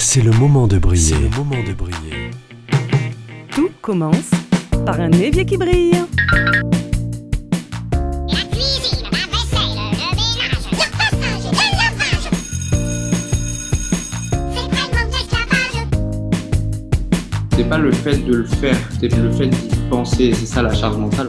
C'est le moment de briller. C'est le moment de briller. Tout commence par un évier qui brille. La cuisine, la vaisselle, le ménage, le repassage, le lavage. C'est vraiment de l'esclavage. C'est pas le fait de le faire, c'est le fait d'y penser, c'est ça la charge mentale.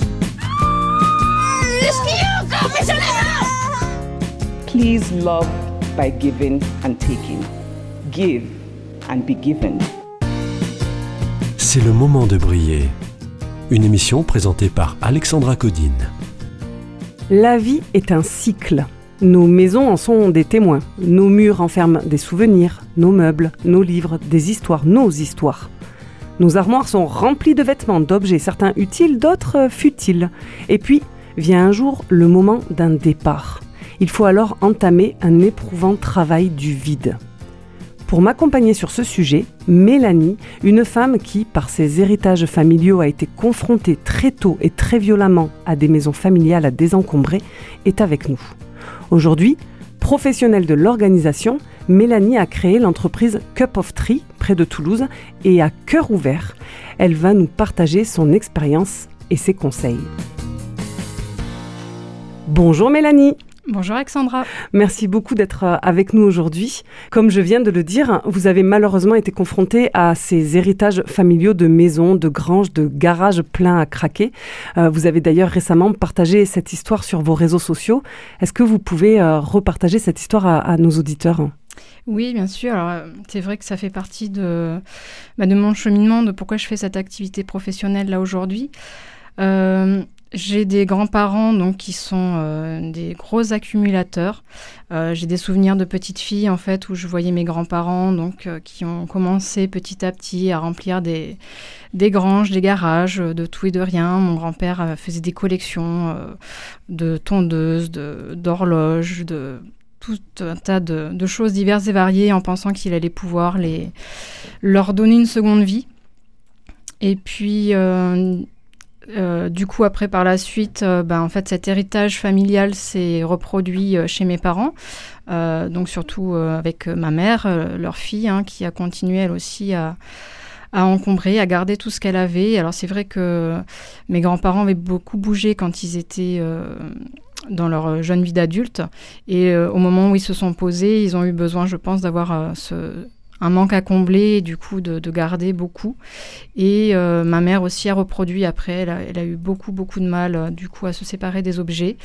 Please love by giving and taking. Give and be given. C'est le moment de briller. Une émission présentée par Alexandra Codine. La vie est un cycle. Nos maisons en sont des témoins. Nos murs enferment des souvenirs, nos meubles, nos livres, des histoires, nos histoires. Nos armoires sont remplies de vêtements, d'objets, certains utiles, d'autres futiles. Et puis, vient un jour le moment d'un départ. Il faut alors entamer un éprouvant travail du vide. Pour m'accompagner sur ce sujet, Mélanie, une femme qui, par ses héritages familiaux, a été confrontée très tôt et très violemment à des maisons familiales à désencombrer, est avec nous. Aujourd'hui, professionnelle de l'organisation, Mélanie a créé l'entreprise Cup of Tree, près de Toulouse, et à cœur ouvert, elle va nous partager son expérience et ses conseils. Bonjour Mélanie. Bonjour Alexandra. Merci beaucoup d'être avec nous aujourd'hui. Comme je viens de le dire, vous avez malheureusement été confrontée à ces héritages familiaux de maisons, de granges, de garages pleins à craquer. Vous avez d'ailleurs récemment partagé cette histoire sur vos réseaux sociaux. Est-ce que vous pouvez repartager cette histoire à nos auditeurs ? Oui, bien sûr. Alors, c'est vrai que ça fait partie de mon cheminement, de pourquoi je fais cette activité professionnelle là aujourd'hui. J'ai des grands-parents donc, qui sont des gros accumulateurs. J'ai des souvenirs de petite fille en fait, où je voyais mes grands-parents donc, qui ont commencé petit à petit à remplir des granges, des garages, de tout et de rien. Mon grand-père faisait des collections de tondeuses, d'horloges, de tout un tas de choses diverses et variées en pensant qu'il allait pouvoir leur donner une seconde vie. Et puis... du coup, après, par la suite, en fait, cet héritage familial s'est reproduit chez mes parents, donc surtout avec ma mère, leur fille, qui a continué elle aussi à encombrer, à garder tout ce qu'elle avait. Alors c'est vrai que mes grands-parents avaient beaucoup bougé quand ils étaient dans leur jeune vie d'adulte, et au moment où ils se sont posés, ils ont eu besoin, je pense, d'avoir un manque à combler, et du coup de garder beaucoup. Et ma mère aussi a reproduit après, elle a eu beaucoup de mal du coup à se séparer des objets.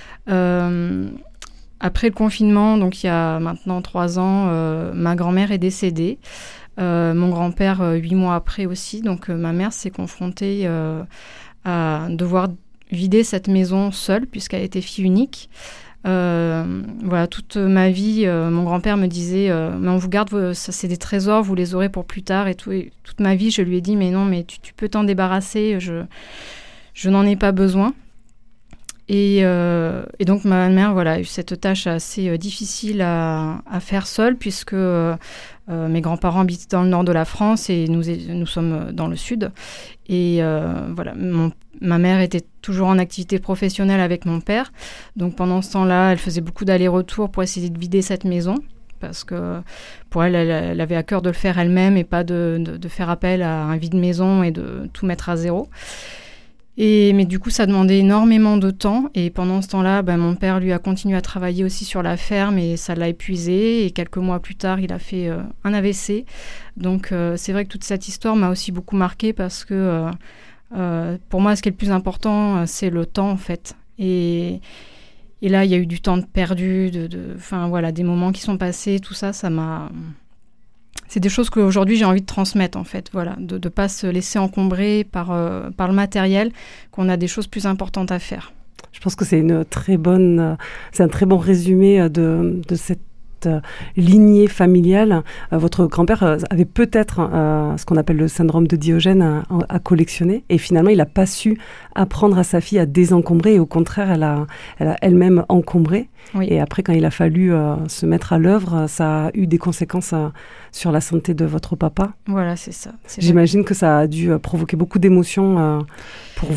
Après le confinement, donc il y a maintenant 3 ans, ma grand-mère est décédée. Mon grand-père 8 mois après aussi, donc ma mère s'est confrontée à devoir vider cette maison seule puisqu'elle était fille unique. Voilà, toute ma vie, mon grand-père me disait mais on vous garde, ça, c'est des trésors, vous les aurez pour plus tard et tout. Et toute ma vie, je lui ai dit mais non, mais tu peux t'en débarrasser, je n'en ai pas besoin. Et donc ma mère a eu cette tâche assez difficile à faire seule puisque mes grands-parents habitent dans le nord de la France et nous sommes dans le sud. Et ma mère était toujours en activité professionnelle avec mon père. Donc pendant ce temps-là, elle faisait beaucoup d'allers-retours pour essayer de vider cette maison. Parce que pour elle avait à cœur de le faire elle-même et pas de faire appel à un vide-maison et de tout mettre à zéro. Mais du coup, ça demandait énormément de temps. Et pendant ce temps-là, mon père, lui, a continué à travailler aussi sur la ferme et ça l'a épuisé. Et quelques mois plus tard, il a fait un AVC. Donc, c'est vrai que toute cette histoire m'a aussi beaucoup marquée parce que pour moi, ce qui est le plus important, c'est le temps, en fait. Et là, il y a eu du temps perdu, des moments qui sont passés. Tout ça, ça m'a... C'est des choses qu'aujourd'hui, j'ai envie de transmettre, en fait. Voilà, de ne pas se laisser encombrer par le matériel, qu'on a des choses plus importantes à faire. Je pense que c'est un très bon résumé de cette lignée familiale. Votre grand-père avait peut-être ce qu'on appelle le syndrome de Diogène à collectionner, et finalement, il n'a pas su apprendre à sa fille à désencombrer, et au contraire, elle a elle-même encombré. Oui. Et après, quand il a fallu se mettre à l'œuvre, ça a eu des conséquences sur la santé de votre papa. Voilà, c'est ça. J'imagine que ça a dû provoquer beaucoup d'émotions pour vous.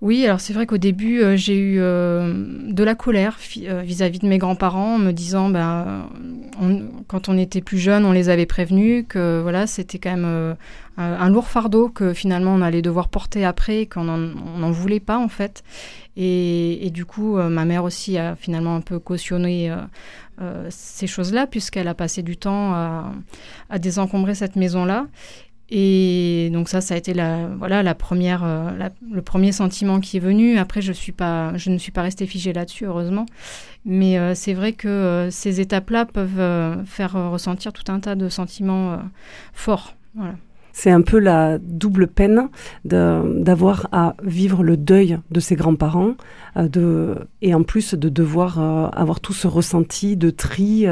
Oui, alors c'est vrai qu'au début, j'ai eu de la colère vis-à-vis de mes grands-parents, en me disant, quand on était plus jeune, on les avait prévenus que voilà, c'était quand même un lourd fardeau que finalement on allait devoir porter après, qu'on n'en voulait pas en fait. Et du coup, ma mère aussi a finalement un peu cautionné ces choses-là, puisqu'elle a passé du temps à désencombrer cette maison-là. Et donc ça a été le premier sentiment qui est venu. Après, je ne suis pas restée figée là-dessus, heureusement. Mais c'est vrai que ces étapes-là peuvent faire ressentir tout un tas de sentiments forts. Voilà. C'est un peu la double peine d'avoir à vivre le deuil de ses grands-parents et en plus de devoir avoir tout ce ressenti de tri.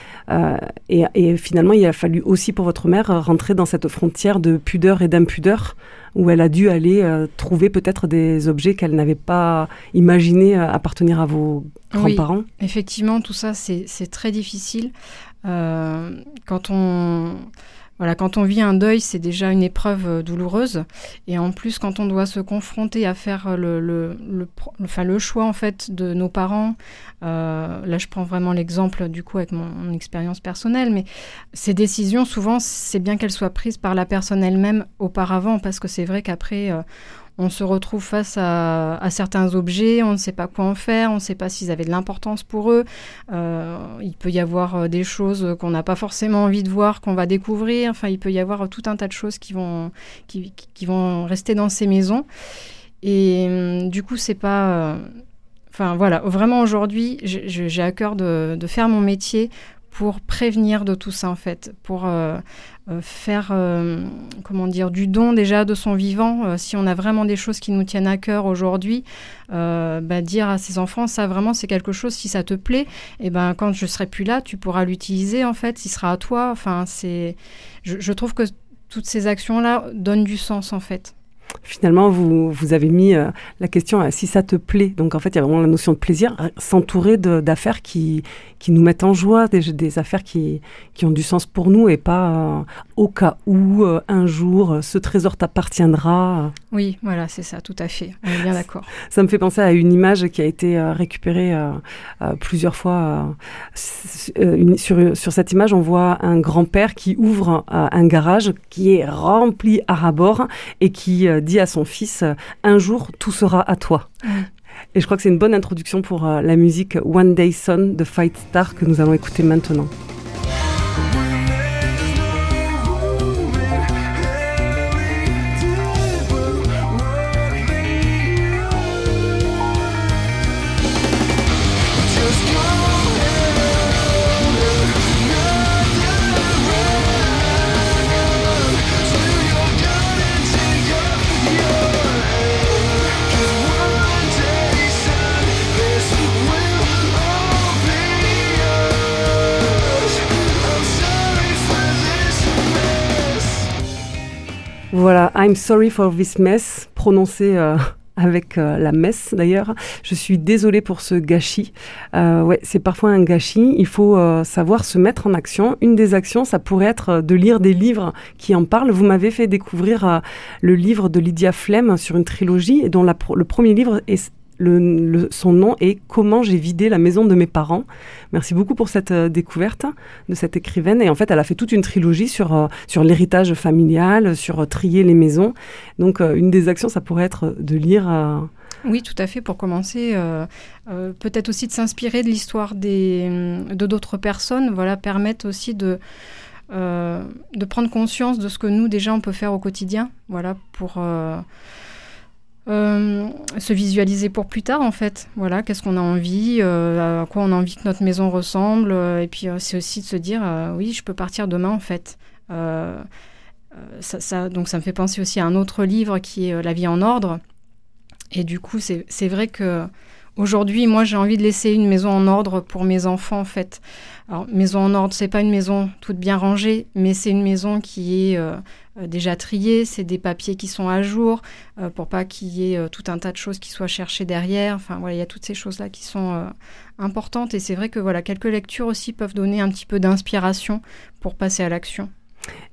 Et finalement, il a fallu aussi pour votre mère rentrer dans cette frontière de pudeur et d'impudeur où elle a dû aller trouver peut-être des objets qu'elle n'avait pas imaginé appartenir à vos grands-parents. Oui, effectivement, tout ça, c'est très difficile. Quand on vit un deuil, c'est déjà une épreuve douloureuse. Et en plus, quand on doit se confronter à faire le choix en fait de nos parents, là je prends vraiment l'exemple du coup avec mon expérience personnelle, mais ces décisions, souvent, c'est bien qu'elles soient prises par la personne elle-même auparavant, parce que c'est vrai qu'après, on se retrouve face à certains objets, on ne sait pas quoi en faire, on ne sait pas s'ils avaient de l'importance pour eux. Il peut y avoir des choses qu'on n'a pas forcément envie de voir, qu'on va découvrir. Enfin, il peut y avoir tout un tas de choses qui vont rester dans ces maisons. Et du coup, c'est pas... voilà, vraiment aujourd'hui, j'ai à cœur de faire mon métier pour prévenir de tout ça, en fait, pour faire du don déjà de son vivant. Si on a vraiment des choses qui nous tiennent à cœur aujourd'hui, dire à ses enfants, ça vraiment c'est quelque chose, si ça te plaît, et quand je serai plus là, tu pourras l'utiliser, en fait, il sera à toi. Enfin, je trouve que toutes ces actions-là donnent du sens, en fait. Finalement, vous avez mis la question si ça te plaît. Donc, en fait, il y a vraiment la notion de plaisir, s'entourer d'affaires qui nous mettent en joie, des affaires qui ont du sens pour nous et pas au cas où, un jour, ce trésor t'appartiendra. Oui, voilà, c'est ça, tout à fait. On est bien d'accord. Ça me fait penser à une image qui a été récupérée plusieurs fois. Sur cette image, on voit un grand-père qui ouvre un garage qui est rempli à ras-bord et qui dit à son fils « Un jour, tout sera à toi ». Et je crois que c'est une bonne introduction pour la musique One Day Sun de Fight Star que nous allons écouter maintenant. Voilà, I'm sorry for this mess, prononcé avec la messe d'ailleurs. Je suis désolée pour ce gâchis. C'est parfois un gâchis. Il faut savoir se mettre en action. Une des actions, ça pourrait être de lire des livres qui en parlent. Vous m'avez fait découvrir le livre de Lydia Flem sur une trilogie, dont le premier livre est... son nom est « Comment j'ai vidé la maison de mes parents ». Merci beaucoup pour cette découverte de cette écrivaine. Et en fait, elle a fait toute une trilogie sur l'héritage familial, sur trier les maisons. Donc, une des actions, ça pourrait être de lire... Oui, tout à fait. Pour commencer, peut-être aussi de s'inspirer de l'histoire de d'autres personnes. Voilà, permettre aussi de prendre conscience de ce que nous, déjà, on peut faire au quotidien. Voilà, pour... se visualiser pour plus tard, en fait. Voilà, qu'est-ce qu'on a envie, à quoi on a envie que notre maison ressemble, et puis c'est aussi de se dire oui, je peux partir demain, en fait. Donc ça me fait penser aussi à un autre livre qui est La vie en ordre, et du coup c'est vrai que aujourd'hui, moi, j'ai envie de laisser une maison en ordre pour mes enfants, en fait. Alors, maison en ordre, c'est pas une maison toute bien rangée, mais c'est une maison qui est déjà triée, c'est des papiers qui sont à jour, pour pas qu'il y ait tout un tas de choses qui soient cherchées derrière. Enfin, voilà, il y a toutes ces choses-là qui sont importantes. Et c'est vrai que, voilà, quelques lectures aussi peuvent donner un petit peu d'inspiration pour passer à l'action.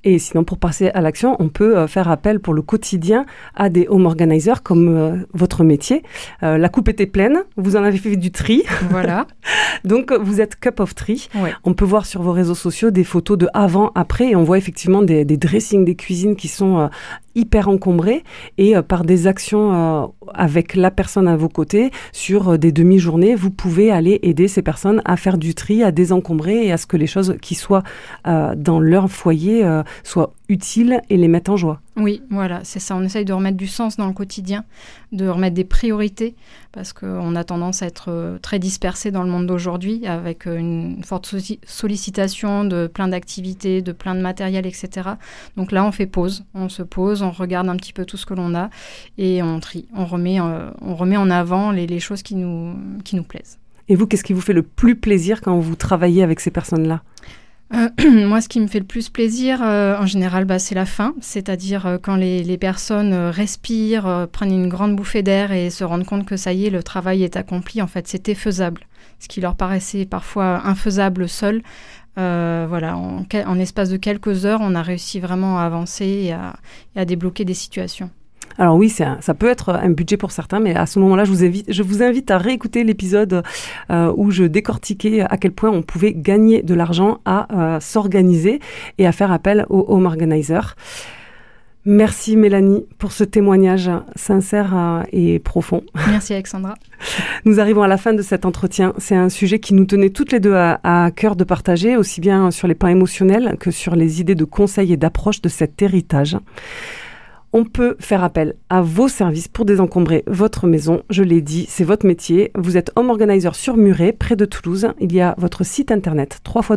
Et sinon, pour passer à l'action, on peut faire appel pour le quotidien à des home organizers comme votre métier. La coupe était pleine, vous en avez fait du tri. Voilà. Donc, vous êtes Cup of Tri. Ouais. On peut voir sur vos réseaux sociaux des photos de avant, après, et on voit effectivement des dressings, des cuisines qui sont hyper encombrées, et par des actions avec la personne à vos côtés, sur des demi-journées, vous pouvez aller aider ces personnes à faire du tri, à désencombrer et à ce que les choses qui soient dans leur foyer soient utiles et les mettent en joie. Oui, voilà, c'est ça. On essaye de remettre du sens dans le quotidien, de remettre des priorités, parce qu'on a tendance à être très dispersé dans le monde d'aujourd'hui, avec une forte sollicitation de plein d'activités, de plein de matériel, etc. Donc là, on fait pause, on se pose, on regarde un petit peu tout ce que l'on a et on trie, on remet en avant les choses qui nous plaisent. Et vous, qu'est-ce qui vous fait le plus plaisir quand vous travaillez avec ces personnes-là ? Moi, ce qui me fait le plus plaisir, en général, c'est la fin, c'est-à-dire quand les personnes respirent, prennent une grande bouffée d'air et se rendent compte que ça y est, le travail est accompli. En fait, c'était faisable. Ce qui leur paraissait parfois infaisable seul, voilà, en espace de quelques heures, on a réussi vraiment à avancer et à débloquer des situations. Alors oui, ça peut être un budget pour certains, mais à ce moment-là, je vous invite à réécouter l'épisode où je décortiquais à quel point on pouvait gagner de l'argent à s'organiser et à faire appel aux home organizers. Merci Mélanie pour ce témoignage sincère et profond. Merci Alexandra. Nous arrivons à la fin de cet entretien. C'est un sujet qui nous tenait toutes les deux à cœur de partager, aussi bien sur les plans émotionnels que sur les idées de conseils et d'approche de cet héritage. On peut faire appel à vos services pour désencombrer votre maison. Je l'ai dit, c'est votre métier. Vous êtes home organizer sur Muret, près de Toulouse. Il y a votre site internet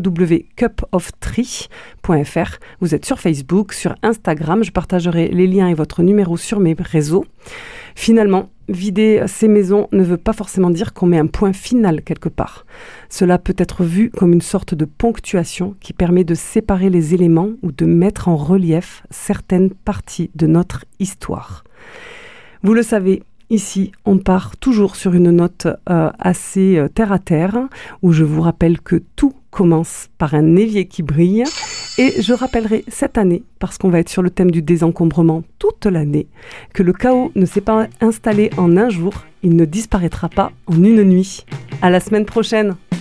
www.cupoftri.fr. Vous êtes sur Facebook, sur Instagram. Je partagerai les liens et votre numéro sur mes réseaux. Finalement, vider ces maisons ne veut pas forcément dire qu'on met un point final quelque part. Cela peut être vu comme une sorte de ponctuation qui permet de séparer les éléments ou de mettre en relief certaines parties de notre histoire. Vous le savez, ici, on part toujours sur une note assez terre-à-terre, où je vous rappelle que tout commence par un évier qui brille. Et je rappellerai cette année, parce qu'on va être sur le thème du désencombrement toute l'année, que le chaos ne s'est pas installé en un jour, il ne disparaîtra pas en une nuit. À la semaine prochaine.